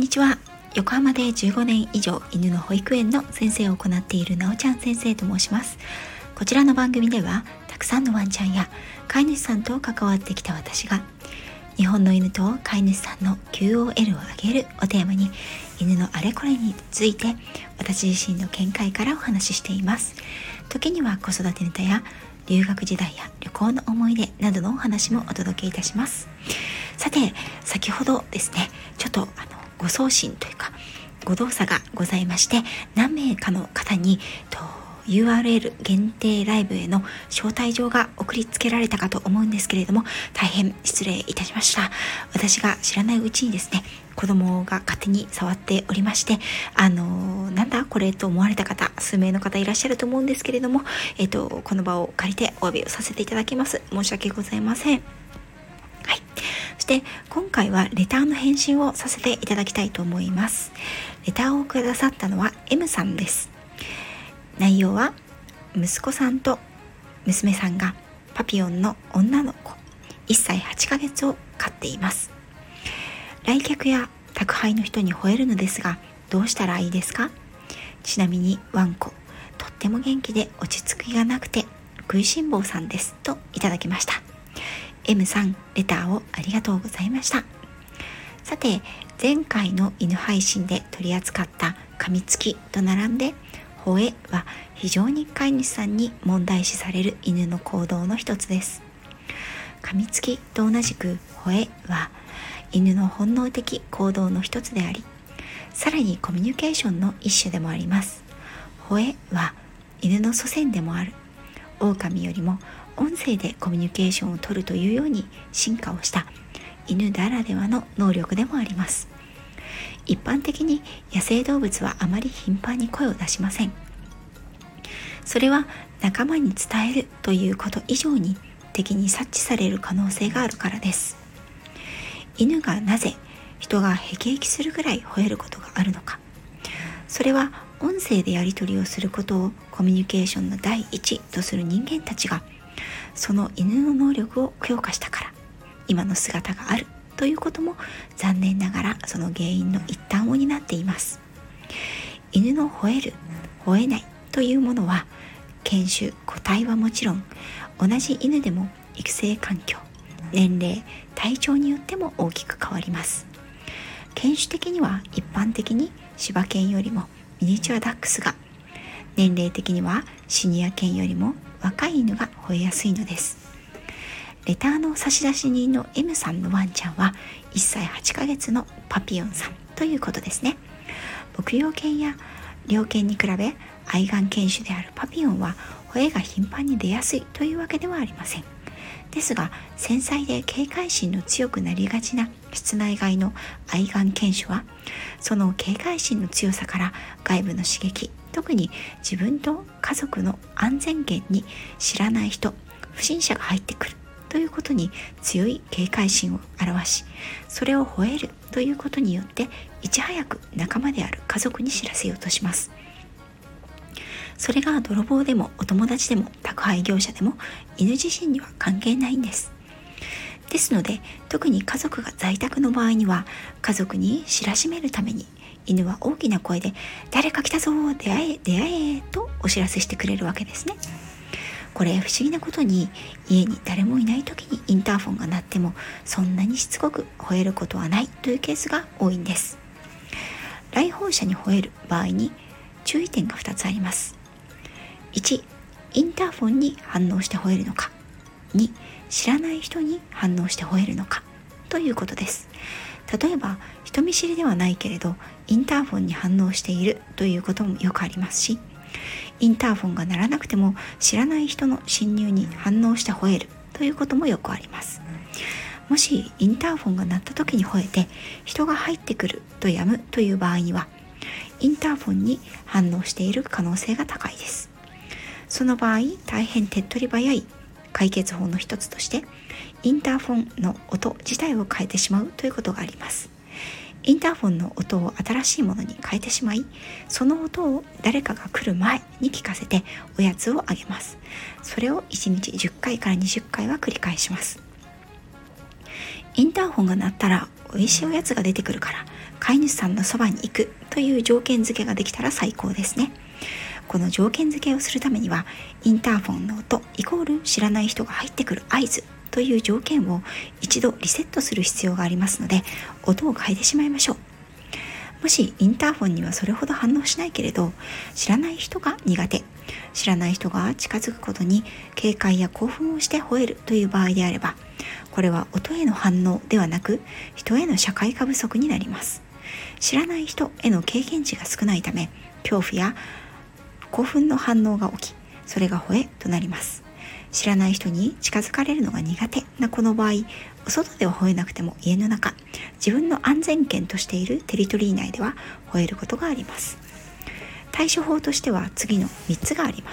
ちは。横浜で15年以上犬の保育園の先生を行っているなおちゃん先生と申します。こちらの番組ではたくさんのワンちゃんや飼い主さんと関わってきた私が、日本の犬と飼い主さんの QOL を上げるをテーマに、犬のあれこれについて私自身の見解からお話ししています。時には子育てネタや留学時代や旅行の思い出などのお話もお届けいたします。さて、先ほどですね、ちょっとご送信というかご動作がございまして、何名かの方にURL 限定ライブへの招待状が送りつけられたかと思うんですけれども、大変失礼いたしました。私が知らないうちにですね、子供が勝手に触っておりまして、なんだこれと思われた方、数名の方いらっしゃると思うんですけれども、この場を借りてお詫びをさせていただきます。申し訳ございません。はい。そして今回はレターの返信をさせていただきたいと思います。レターをくださったのは M さんです。内容は、息子さんと娘さんがパピヨンの女の子1歳8ヶ月を飼っています。来客や宅配の人に吠えるのですが、どうしたらいいですか？ちなみにワンコとっても元気で落ち着きがなくて食いしん坊さんですといただきました。 M さん、レターをありがとうございました。さて、前回の犬配信で取り扱った噛みつきと並んで吠えは非常に飼い主さんに問題視される犬の行動の一つです。噛みつきと同じく吠えは犬の本能的行動の一つであり、さらにコミュニケーションの一種でもあります。吠えは犬の祖先でもある狼よりも音声でコミュニケーションを取るというように進化をした犬ならではの能力でもあります。一般的に野生動物はあまり頻繁に声を出しません。それは仲間に伝えるということ以上に敵に察知される可能性があるからです。犬がなぜ人がへきへきするぐらい吠えることがあるのか。それは音声でやり取りをすることをコミュニケーションの第一とする人間たちが、その犬の能力を強化したから今の姿があるということも、残念ながらその原因の一端を担っています。犬の吠える、吠えないというものは、犬種、個体はもちろん、同じ犬でも育成環境、年齢、体調によっても大きく変わります。犬種的には一般的に柴犬よりもミニチュアダックスが、年齢的にはシニア犬よりも若い犬が吠えやすいのです。レターの差出人の M さんのワンちゃんは1歳8ヶ月のパピヨンさんということですね。牧羊犬や猟犬に比べ愛玩犬種であるパピヨンは吠えが頻繁に出やすいというわけではありません。ですが、繊細で警戒心の強くなりがちな室内飼いの愛玩犬種は、その警戒心の強さから外部の刺激、特に自分と家族の安全圏に知らない人、不審者が入ってくるということに強い警戒心を表し、それを吠えるということによっていち早く仲間である家族に知らせようとします。それが泥棒でもお友達でも宅配業者でも犬自身には関係ないんです。ですので、特に家族が在宅の場合には、家族に知らしめるために犬は大きな声で誰か来たぞ、出会え出会えとお知らせしてくれるわけですね。これ不思議なことに、家に誰もいない時にインターフォンが鳴ってもそんなにしつこく吠えることはないというケースが多いんです。来訪者に吠える場合に注意点が2つあります。1、インターフォンに反応して吠えるのか。2、知らない人に反応して吠えるのかということです。例えば人見知りではないけれどインターフォンに反応しているということもよくありますし、インターフォンが鳴らなくても知らない人の侵入に反応して吠えるということもよくあります。もしインターフォンが鳴った時に吠えて人が入ってくるとやむという場合には、インターフォンに反応している可能性が高いです。その場合、大変手っ取り早い解決法の一つとして、インターフォンの音自体を変えてしまうということがあります。インターフォンの音を新しいものに変えてしまい、その音を誰かが来る前に聞かせておやつをあげます。それを1日10回から20回は繰り返します。インターホンが鳴ったら美味しいおやつが出てくるから飼い主さんのそばに行くという条件付けができたら最高ですね。この条件付けをするためには、インターフォンの音イコール知らない人が入ってくる合図という条件を一度リセットする必要がありますので、音を変えてしまいましょう。もしインターフォンにはそれほど反応しないけれど、知らない人が苦手、知らない人が近づくことに警戒や興奮をして吠えるという場合であれば、これは音への反応ではなく、人への社会化不足になります。知らない人への経験値が少ないため、恐怖や興奮の反応が起き、それが吠えとなります。知らない人に近づかれるのが苦手なこの場合、外では吠えなくても家の中、自分の安全圏としているテリトリー内では吠えることがあります。対処法としては次の3つがあります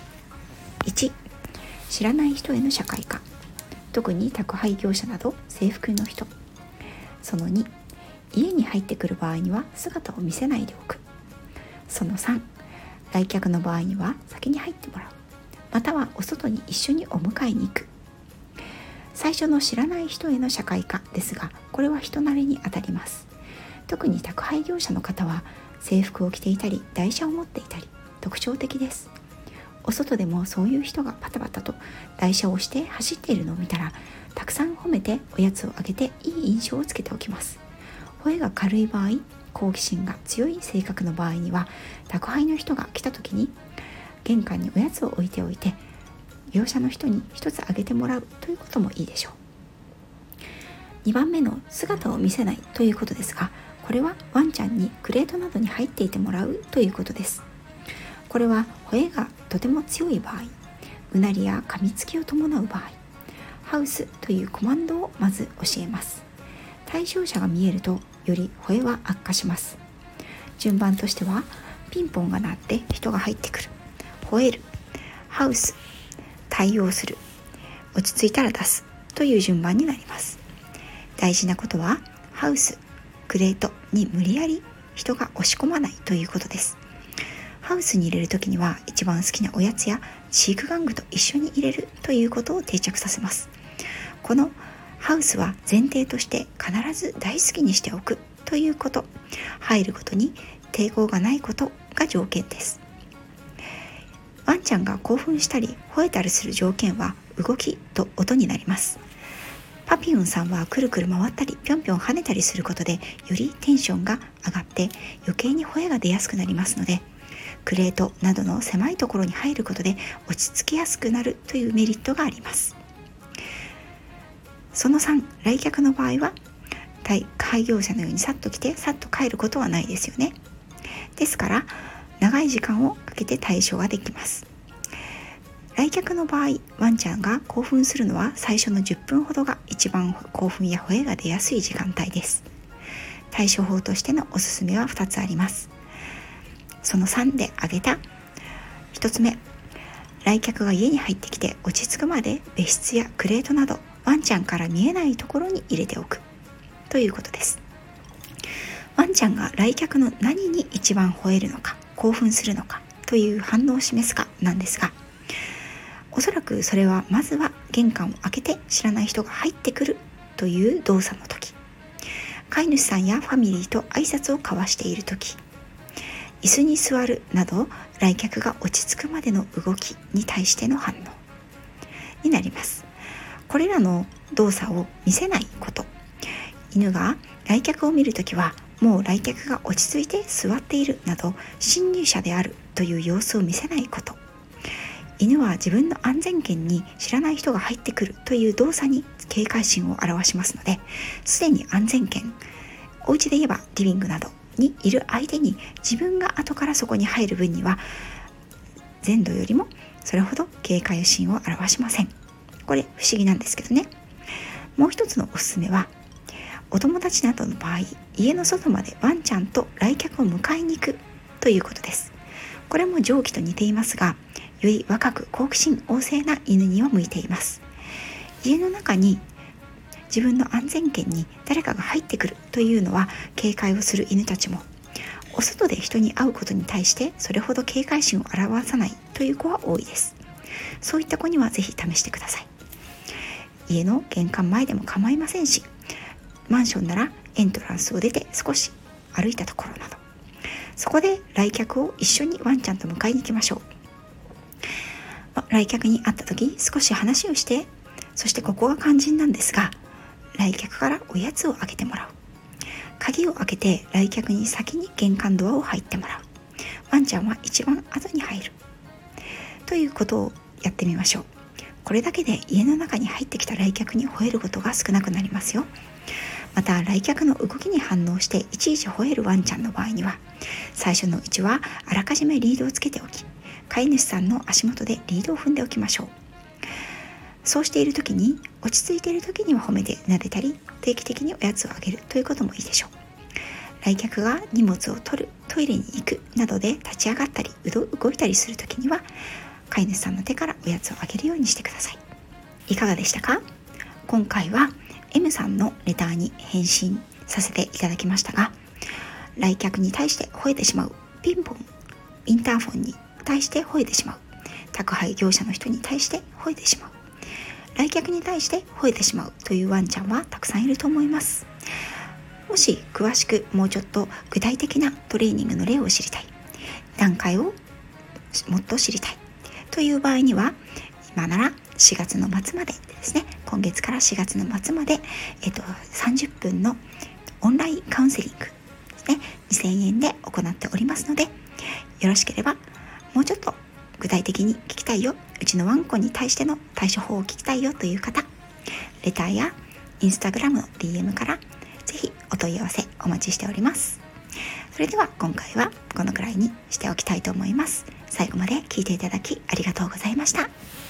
。1、知らない人への社会化、特に宅配業者など制服の人。その2、家に入ってくる場合には姿を見せないでおく。その3、来客の場合には先に入ってもらう、またはお外に一緒にお迎えに行く。最初の知らない人への社会化ですが、これは人慣れにあたります。特に宅配業者の方は制服を着ていたり台車を持っていたり特徴的です。お外でもそういう人がパタパタと台車をして走っているのを見たら、たくさん褒めておやつをあげていい印象をつけておきます。吠えが軽い場合、好奇心が強い性格の場合には、宅配の人が来た時に玄関におやつを置いておいて、業者の人に一つあげてもらうということもいいでしょう。2番目の姿を見せないということですが、これはワンちゃんにクレートなどに入っていてもらうということです。これは吠えがとても強い場合、うなりや噛みつきを伴う場合、ハウスというコマンドをまず教えます。対象者が見えるとより吠えは悪化します。順番としては、ピンポンが鳴って人が入ってくる、吠える、ハウス、対応する、落ち着いたら出すという順番になります。大事なことは、ハウス、クレートに無理やり人が押し込まないということです。ハウスに入れるときには、一番好きなおやつや飼育玩具と一緒に入れるということを定着させます。このハウスは前提として必ず大好きにしておくということ、入ることに抵抗がないことが条件です。ワンちゃんが興奮したり吠えたりする条件は動きと音になります。パピヨンさんはくるくる回ったりぴょんぴょん跳ねたりすることで、よりテンションが上がって余計に吠えが出やすくなりますので、クレートなどの狭いところに入ることで落ち着きやすくなるというメリットがあります。その3、来客の場合は宅配業者のようにさっと来てさっと帰ることはないですよね。ですから長い時間をかけて対処ができます。来客の場合、ワンちゃんが興奮するのは最初の10分ほどが一番興奮や吠えが出やすい時間帯です。対処法としてのおすすめは2つあります。その3で挙げた1つ目、来客が家に入ってきて落ち着くまで別室やクレートなどワンちゃんから見えないところに入れておくということです。ワンちゃんが来客の何に一番吠えるのか興奮するのかという反応を示すかなんですが、おそらくそれはまずは玄関を開けて知らない人が入ってくるという動作の時、飼い主さんやファミリーと挨拶を交わしている時、椅子に座るなど来客が落ち着くまでの動きに対しての反応になります。これらの動作を見せないこと、犬が来客を見るときはもう来客が落ち着いて座っているなど侵入者であるという様子を見せないこと、犬は自分の安全圏に知らない人が入ってくるという動作に警戒心を表しますので、すでに安全圏、お家で言えばリビングなどにいる相手に自分が後からそこに入る分には前度よりもそれほど警戒心を表しません。これ不思議なんですけどね。もう一つのおすすめは、お友達などの場合、家の外までワンちゃんと来客を迎えに行くということです。これも上記と似ていますが、より若く好奇心旺盛な犬には向いています。家の中に自分の安全圏に誰かが入ってくるというのは警戒をする犬たちも、お外で人に会うことに対してそれほど警戒心を表さないという子は多いです。そういった子にはぜひ試してください。家の玄関前でも構いませんし、マンションならエントランスを出て少し歩いたところなど、そこで来客を一緒にワンちゃんと迎えに行きましょう。来客に会った時少し話をして、そしてここが肝心なんですが、来客からおやつをあげてもらう。鍵を開けて来客に先に玄関ドアを入ってもらう。ワンちゃんは一番後に入るということをやってみましょう。これだけで家の中に入ってきた来客に吠えることが少なくなりますよ。また来客の動きに反応していちいち吠えるワンちゃんの場合には、最初のうちはあらかじめリードをつけておき、飼い主さんの足元でリードを踏んでおきましょう。そうしている時に、落ち着いている時には褒めて撫でたり、定期的におやつをあげるということもいいでしょう。来客が荷物を取る、トイレに行くなどで立ち上がったり動いたりする時には、飼い主さんの手からおやつをあげるようにしてください。いかがでしたか？今回は M さんのレターに返信させていただきましたが、来客に対して吠えてしまう、ピンポン、インターフォンに対して吠えてしまう、宅配業者の人に対して吠えてしまう、来客に対して吠えてしまうというワンちゃんはたくさんいると思います。もし詳しくもうちょっと具体的なトレーニングの例を知りたい、段階をもっと知りたいという場合には、今なら4月の末までですね、今月から4月の末まで、30分のオンラインカウンセリングですね、2000円で行っておりますので、よろしければもうちょっと具体的に聞きたいよ、うちのワンコに対しての対処法を聞きたいよという方、レターやインスタグラムの DM からぜひお問い合わせお待ちしております。それでは今回はこのくらいにしておきたいと思います。最後まで聞いていただきありがとうございました。